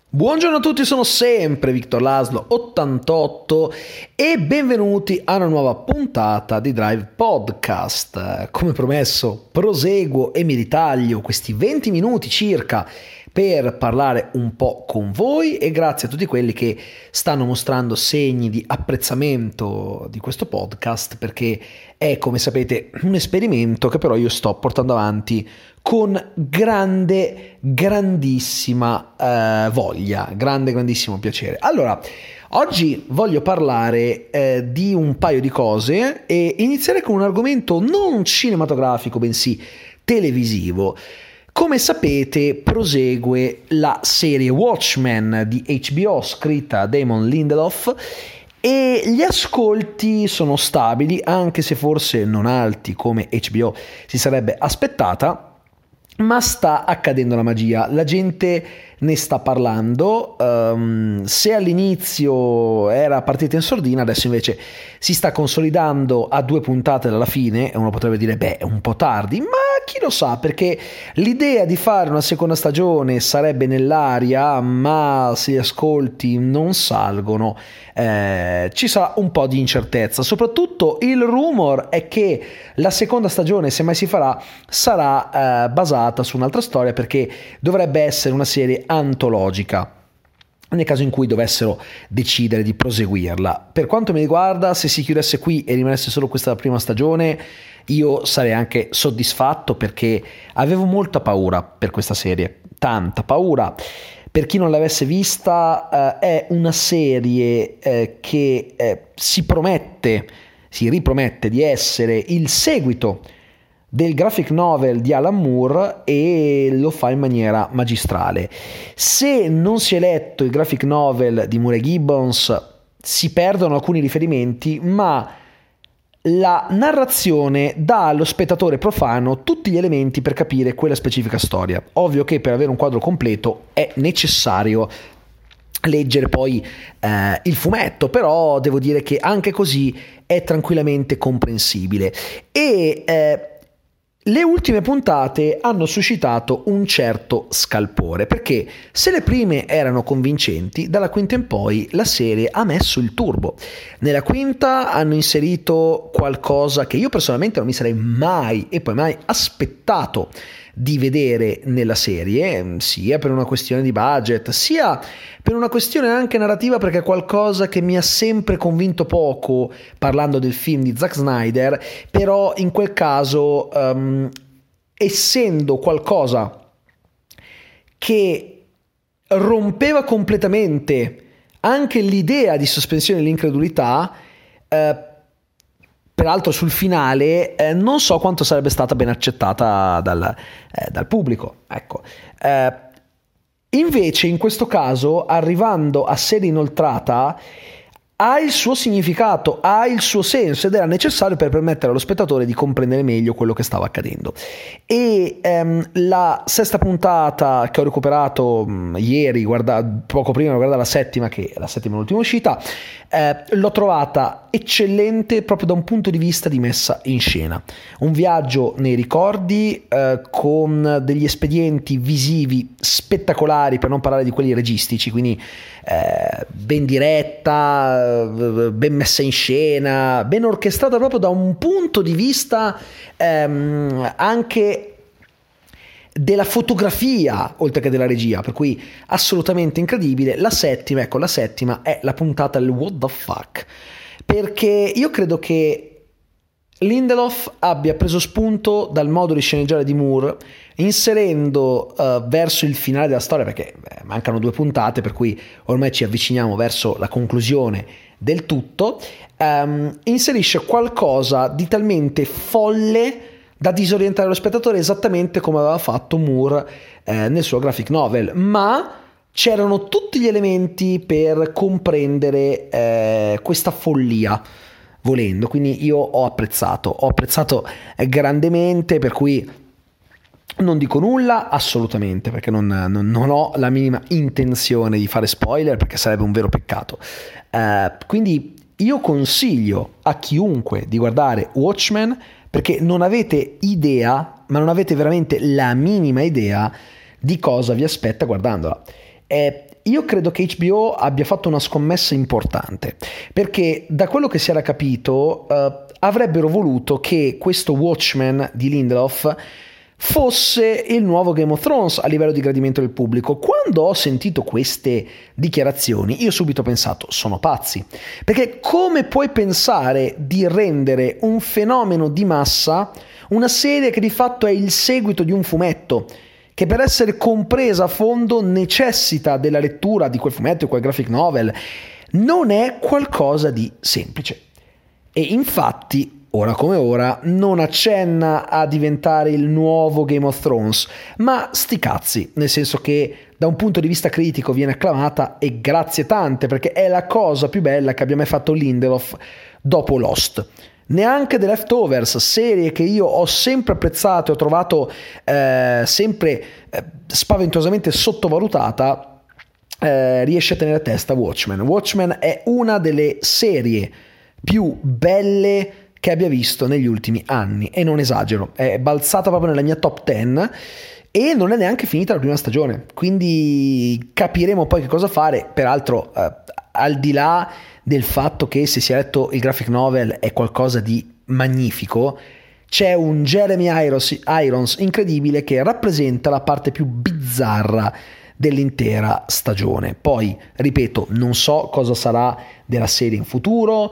Buongiorno a tutti, sono sempre Victor Laszlo 88 e benvenuti a una nuova puntata di Drive Podcast. Come promesso, proseguo e mi ritaglio questi 20 minuti circa per parlare un po' con voi e grazie a tutti quelli che stanno mostrando segni di apprezzamento di questo podcast, perché è, come sapete, un esperimento che però io sto portando avanti con grandissima voglia, grandissimo piacere. Allora, oggi voglio parlare di un paio di cose e iniziare con un argomento non cinematografico, bensì televisivo. Come sapete, prosegue la serie Watchmen di HBO, scritta da Damon Lindelof, e gli ascolti sono stabili, anche se forse non alti come HBO si sarebbe aspettata. Ma sta accadendo la magia, la gente ne sta parlando, se all'inizio era partita in sordina, adesso invece si sta consolidando a 2 puntate dalla fine, e uno potrebbe dire è un po' tardi, ma chi lo sa, perché l'idea di fare una seconda stagione sarebbe nell'aria, ma se gli ascolti non salgono ci sarà un po' di incertezza. Soprattutto il rumor è che la seconda stagione, se mai si farà, sarà basata su un'altra storia, perché dovrebbe essere una serie antologica nel caso in cui dovessero decidere di proseguirla. Per quanto mi riguarda, se si chiudesse qui e rimanesse solo questa prima stagione, io sarei anche soddisfatto, perché avevo molta paura per questa serie, tanta paura. Per chi non l'avesse vista, è una serie che si ripromette di essere il seguito del graphic novel di Alan Moore e lo fa in maniera magistrale. Se non si è letto il graphic novel di Moore e Gibbons, si perdono alcuni riferimenti, ma la narrazione dà allo spettatore profano tutti gli elementi per capire quella specifica storia. Ovvio che per avere un quadro completo è necessario leggere poi il fumetto, però devo dire che anche così è tranquillamente comprensibile. E le ultime puntate hanno suscitato un certo scalpore, perché se le prime erano convincenti, dalla quinta in poi la serie ha messo il turbo. Nella quinta hanno inserito qualcosa che io personalmente non mi sarei mai aspettato di vedere nella serie, sia per una questione di budget, sia per una questione anche narrativa, perché è qualcosa che mi ha sempre convinto poco parlando del film di Zack Snyder, però in quel caso essendo qualcosa che rompeva completamente anche l'idea di sospensione dell'incredulità, peraltro sul finale non so quanto sarebbe stata ben accettata dal pubblico, ecco. Invece in questo caso, arrivando a serie inoltrata, ha il suo significato, ha il suo senso, ed era necessario per permettere allo spettatore di comprendere meglio quello che stava accadendo. E la sesta puntata che ho recuperato ieri, poco prima di guardare la settima, che è la settima e l'ultima uscita, l'ho trovata eccellente proprio da un punto di vista di messa in scena. Un viaggio nei ricordi con degli espedienti visivi spettacolari, per non parlare di quelli registici, quindi ben diretta, ben messa in scena, ben orchestrata proprio da un punto di vista anche della fotografia oltre che della regia, per cui assolutamente incredibile. La settima è la puntata del what the fuck, perché io credo che Lindelof abbia preso spunto dal modo di sceneggiare di Moore, inserendo verso il finale della storia, perché mancano 2 puntate, per cui ormai ci avviciniamo verso la conclusione del tutto, inserisce qualcosa di talmente folle da disorientare lo spettatore, esattamente come aveva fatto Moore nel suo graphic novel, ma c'erano tutti gli elementi per comprendere questa follia, volendo. Quindi io ho apprezzato grandemente, per cui non dico nulla assolutamente, perché non ho la minima intenzione di fare spoiler, perché sarebbe un vero peccato. Quindi io consiglio a chiunque di guardare Watchmen, perché non avete idea, ma non avete veramente la minima idea di cosa vi aspetta guardandola. Io credo che HBO abbia fatto una scommessa importante, perché da quello che si era capito avrebbero voluto che questo Watchmen di Lindelof fosse il nuovo Game of Thrones a livello di gradimento del pubblico. Quando ho sentito queste dichiarazioni, io subito ho pensato, sono pazzi, perché come puoi pensare di rendere un fenomeno di massa una serie che di fatto è il seguito di un fumetto, che per essere compresa a fondo necessita della lettura di quel fumetto, di quel graphic novel? Non è qualcosa di semplice. E infatti, ora come ora, non accenna a diventare il nuovo Game of Thrones, ma sti cazzi, nel senso che da un punto di vista critico viene acclamata, e grazie tante, perché è la cosa più bella che abbia mai fatto Lindelof dopo Lost. Neanche The Leftovers, serie che io ho sempre apprezzato e ho trovato sempre spaventosamente sottovalutata, riesce a tenere a testa Watchmen. Watchmen è una delle serie più belle che abbia visto negli ultimi anni, e non esagero, è balzata proprio nella mia top 10 e non è neanche finita la prima stagione, quindi capiremo poi che cosa fare. Peraltro al di là del fatto che, se si è letto il graphic novel, è qualcosa di magnifico, c'è un Jeremy Irons incredibile che rappresenta la parte più bizzarra dell'intera stagione. Poi, ripeto, non so cosa sarà della serie in futuro.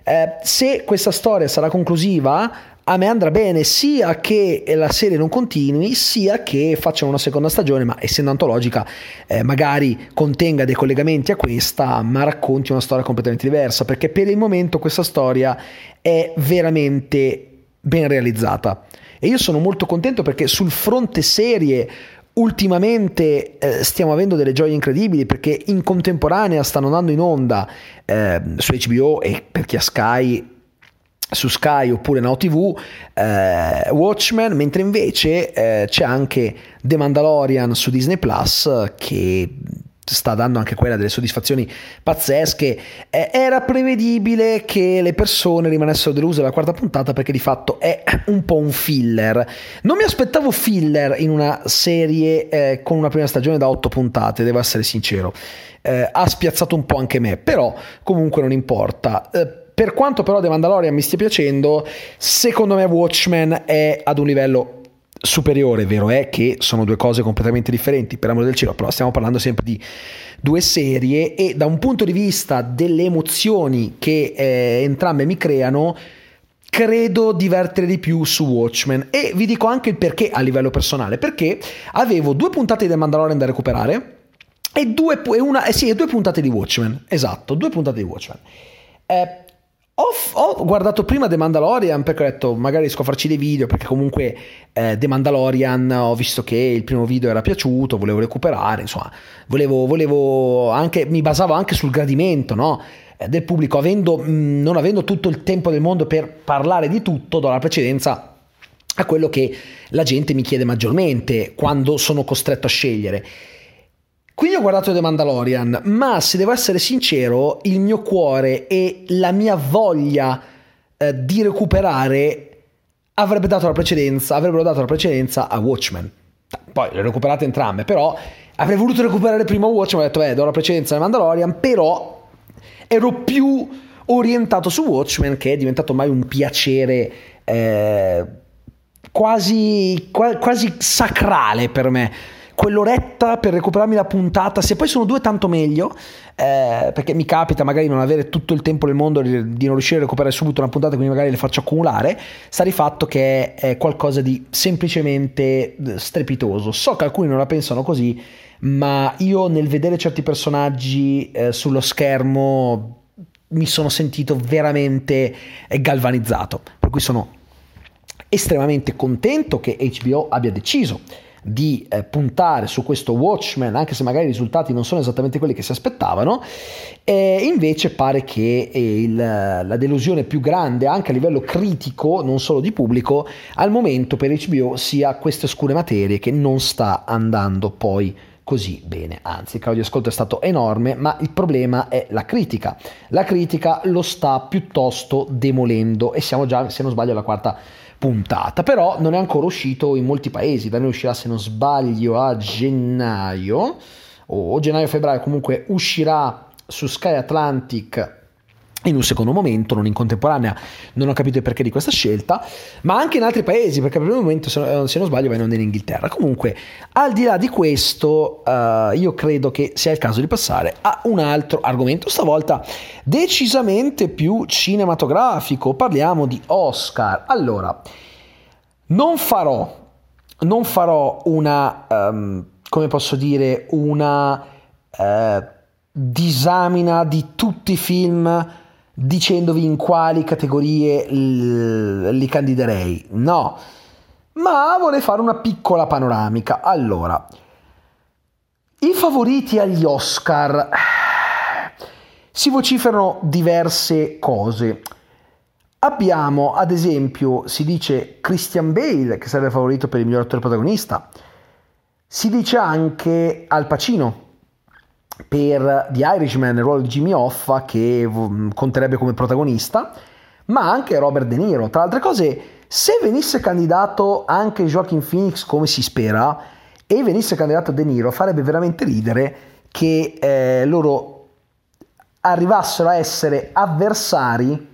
Se questa storia sarà conclusiva, a me andrà bene sia che la serie non continui, sia che facciano una seconda stagione, ma essendo antologica magari contenga dei collegamenti a questa, ma racconti una storia completamente diversa, perché per il momento questa storia è veramente ben realizzata e io sono molto contento, perché sul fronte serie ultimamente stiamo avendo delle gioie incredibili, perché in contemporanea stanno andando in onda su HBO, e per chi ha Sky su Sky oppure Now TV, Watchmen, mentre invece c'è anche The Mandalorian su Disney Plus, che sta dando anche quella delle soddisfazioni pazzesche. Era prevedibile che le persone rimanessero deluse dalla quarta puntata, perché di fatto è un po' un filler. Non mi aspettavo filler in una serie con una prima stagione da 8 puntate, devo essere sincero. Ha spiazzato un po' anche me, però comunque non importa. Per quanto però The Mandalorian mi stia piacendo, secondo me Watchmen è ad un livello superiore. Vero è che sono due cose completamente differenti, per amore del cielo, però stiamo parlando sempre di due serie, e da un punto di vista delle emozioni che entrambe mi creano, credo divertere di più su Watchmen. E vi dico anche il perché a livello personale, perché avevo 2 puntate di The Mandalorian da recuperare e 2 puntate di Watchmen. Esatto, 2 puntate di Watchmen. Ho guardato prima The Mandalorian, perché ho detto magari riesco a farci dei video, perché comunque The Mandalorian ho visto che il primo video era piaciuto, volevo recuperare, insomma, volevo anche, mi basavo anche sul gradimento, no? Del pubblico, non avendo tutto il tempo del mondo per parlare di tutto, do la precedenza a quello che la gente mi chiede maggiormente quando sono costretto a scegliere. Quindi ho guardato The Mandalorian, ma se devo essere sincero, il mio cuore e la mia voglia di recuperare avrebbero dato la precedenza a Watchmen. Poi le ho recuperate entrambe, però avrei voluto recuperare prima Watchmen, ho detto do la precedenza a The Mandalorian, però ero più orientato su Watchmen, che è diventato ormai un piacere quasi sacrale per me. Quell'oretta per recuperarmi la puntata, se poi sono 2 tanto meglio, perché mi capita magari non avere tutto il tempo del mondo di non riuscire a recuperare subito una puntata, quindi magari le faccio accumulare. Sta di fatto che è qualcosa di semplicemente strepitoso. So che alcuni non la pensano così, ma io nel vedere certi personaggi sullo schermo mi sono sentito veramente galvanizzato, per cui sono estremamente contento che HBO abbia deciso di puntare su questo Watchmen, anche se magari i risultati non sono esattamente quelli che si aspettavano. Invece pare che la delusione più grande anche a livello critico, non solo di pubblico, al momento per HBO sia queste oscure materie, che non sta andando poi così bene, anzi il calo di ascolto è stato enorme, ma il problema è la critica lo sta piuttosto demolendo, e siamo già, se non sbaglio, alla 4ª puntata, però non è ancora uscito in molti paesi. Da noi uscirà, se non sbaglio, a gennaio. o gennaio-febbraio, comunque uscirà su Sky Atlantic in un secondo momento, non in contemporanea. Non ho capito il perché di questa scelta, ma anche in altri paesi, perché per il momento, se non sbaglio, va in onda in Inghilterra. Comunque, al di là di questo, io credo che sia il caso di passare a un altro argomento, stavolta decisamente più cinematografico. Parliamo di Oscar. Allora, non farò una, come posso dire, una disamina di tutti i film dicendovi in quali categorie li candiderei, no, ma vorrei fare una piccola panoramica. Allora, i favoriti agli Oscar, si vociferano diverse cose. Abbiamo, ad esempio, si dice Christian Bale che sarebbe favorito per il miglior attore protagonista, si dice anche Al Pacino per The Irishman, il ruolo di Jimmy Hoffa, che conterebbe come protagonista, ma anche Robert De Niro. Tra altre cose, se venisse candidato anche Joaquin Phoenix, come si spera, e venisse candidato De Niro, farebbe veramente ridere che loro arrivassero a essere avversari,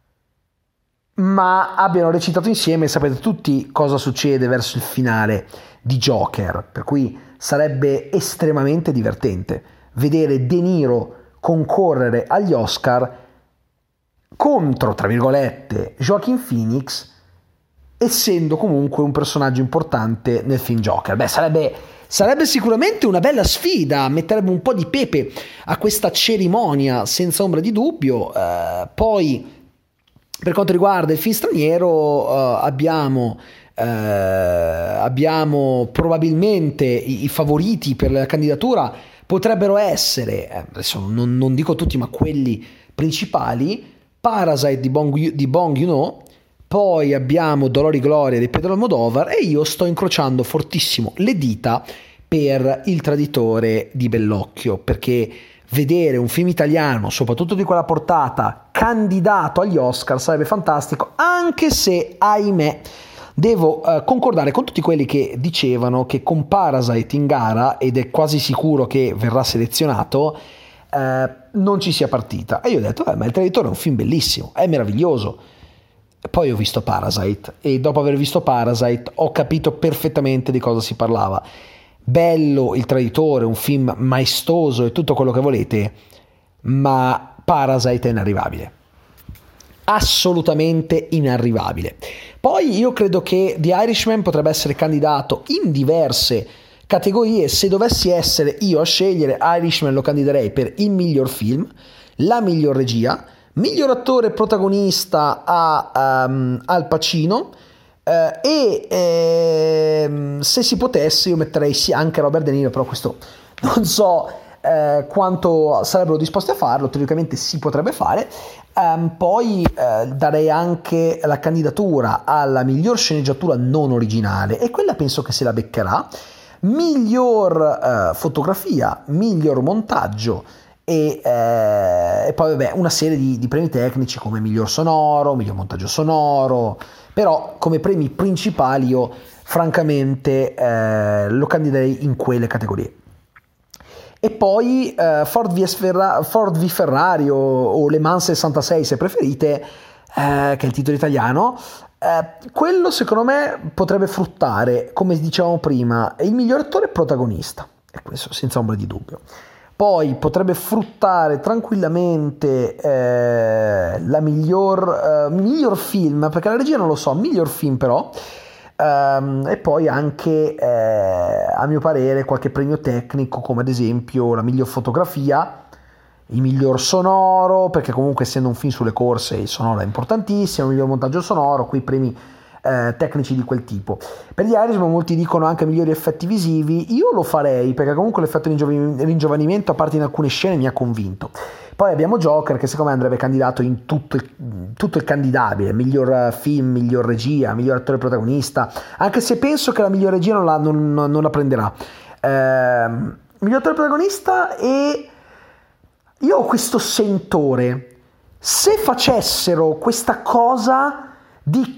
ma abbiano recitato insieme. Sapete tutti cosa succede verso il finale di Joker, per cui sarebbe estremamente divertente vedere De Niro concorrere agli Oscar contro, tra virgolette, Joaquin Phoenix, essendo comunque un personaggio importante nel film Joker. Beh, sarebbe sicuramente una bella sfida, metterebbe un po' di pepe a questa cerimonia, senza ombra di dubbio. Poi, per quanto riguarda il film straniero, abbiamo probabilmente i favoriti per la candidatura potrebbero essere, adesso non dico tutti, ma quelli principali: Parasite di Bong Joon-ho, poi abbiamo Dolor y Gloria di Pedro Almodovar, e io sto incrociando fortissimo le dita per Il Traditore di Bellocchio, perché vedere un film italiano, soprattutto di quella portata, candidato agli Oscar sarebbe fantastico, anche se, ahimè, devo concordare con tutti quelli che dicevano che con Parasite in gara, ed è quasi sicuro che verrà selezionato, non ci sia partita. E io ho detto, ma Il Traditore è un film bellissimo, è meraviglioso. Poi ho visto Parasite, e dopo aver visto Parasite ho capito perfettamente di cosa si parlava. Bello Il Traditore, un film maestoso e tutto quello che volete, ma Parasite è inarrivabile, assolutamente inarrivabile. Poi io credo che The Irishman potrebbe essere candidato in diverse categorie. Se dovessi essere io a scegliere, Irishman lo candiderei per il miglior film, la miglior regia, miglior attore protagonista a Al Pacino, e se si potesse io metterei sì anche Robert De Niro, però questo non so quanto sarebbero disposti a farlo. Teoricamente si potrebbe fare. Poi darei anche la candidatura alla miglior sceneggiatura non originale, e quella penso che se la beccherà. Miglior fotografia, miglior montaggio, e poi vabbè una serie di premi tecnici come miglior sonoro, miglior montaggio sonoro. Però come premi principali io francamente lo candiderei in quelle categorie. E poi Ford v Ferrari o Le Mans 66 se preferite, che è il titolo italiano, quello secondo me potrebbe fruttare, come dicevamo prima, il miglior attore protagonista, e questo senza ombra di dubbio. Poi potrebbe fruttare tranquillamente la miglior film, perché la regia non lo so, miglior film però, e poi anche a mio parere qualche premio tecnico, come ad esempio la miglior fotografia, il miglior sonoro, perché comunque essendo un film sulle corse il sonoro è importantissimo, il miglior montaggio sonoro, quei premi tecnici di quel tipo. Per gli Irishman molti dicono anche migliori effetti visivi. Io lo farei perché comunque l'effetto ringiovanimento, a parte in alcune scene, mi ha convinto. Poi abbiamo Joker, che secondo me andrebbe candidato in tutto il candidabile: miglior film, miglior regia, miglior attore protagonista, anche se penso che la miglior regia non la prenderà. Miglior attore protagonista, e io ho questo sentore, se facessero questa cosa di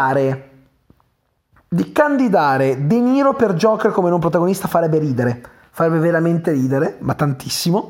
candidare De Niro per Joker come non protagonista, farebbe ridere, farebbe veramente ridere, ma tantissimo.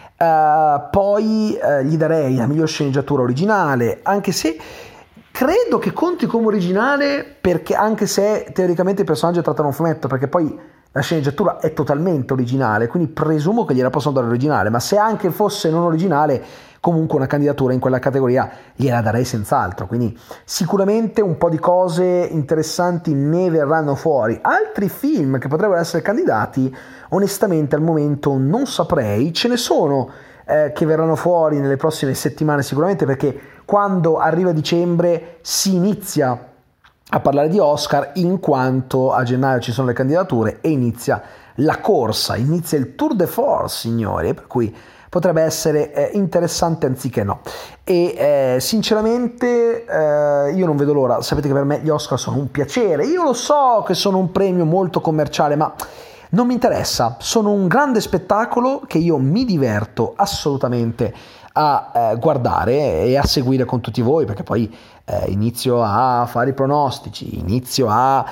Poi gli darei la miglior sceneggiatura originale, anche se credo che conti come originale, perché anche se teoricamente i personaggi trattano un fumetto, perché poi la sceneggiatura è totalmente originale, quindi presumo che gliela possono dare originale, ma se anche fosse non originale, comunque una candidatura in quella categoria gliela darei senz'altro, quindi sicuramente un po' di cose interessanti ne verranno fuori. Altri film che potrebbero essere candidati, onestamente al momento non saprei, ce ne sono che verranno fuori nelle prossime settimane sicuramente, perché quando arriva dicembre si inizia a parlare di Oscar, in quanto a gennaio ci sono le candidature e inizia la corsa, inizia il tour de force, signori, per cui potrebbe essere interessante anziché no. E sinceramente io non vedo l'ora. Sapete che per me gli Oscar sono un piacere, io lo so che sono un premio molto commerciale, ma non mi interessa, sono un grande spettacolo che io mi diverto assolutamente a guardare e a seguire con tutti voi, perché poi inizio a fare i pronostici, inizio a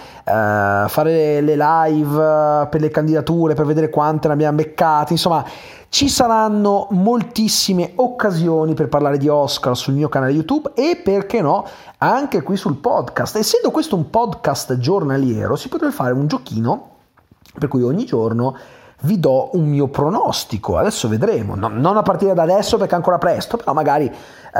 fare le live per le candidature per vedere quante ne abbiamo beccate, insomma ci saranno moltissime occasioni per parlare di Oscar sul mio canale YouTube e perché no anche qui sul podcast. Essendo questo un podcast giornaliero, si potrebbe fare un giochino per cui ogni giorno vi do un mio pronostico. Adesso vedremo, non a partire da adesso perché è ancora presto, però magari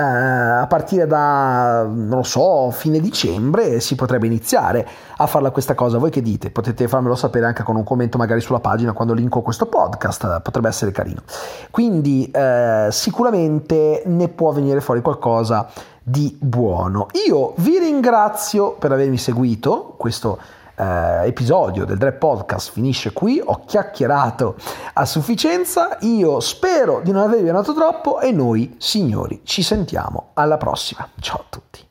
a partire da, non lo so, fine dicembre si potrebbe iniziare a farla questa cosa. Voi che dite? Potete farmelo sapere anche con un commento magari sulla pagina quando linko questo podcast, potrebbe essere carino. Quindi sicuramente ne può venire fuori qualcosa di buono. Io vi ringrazio per avermi seguito. Questo episodio del Dre Podcast finisce qui, ho chiacchierato a sufficienza, io spero di non avervi annotato troppo e noi signori ci sentiamo alla prossima, ciao a tutti.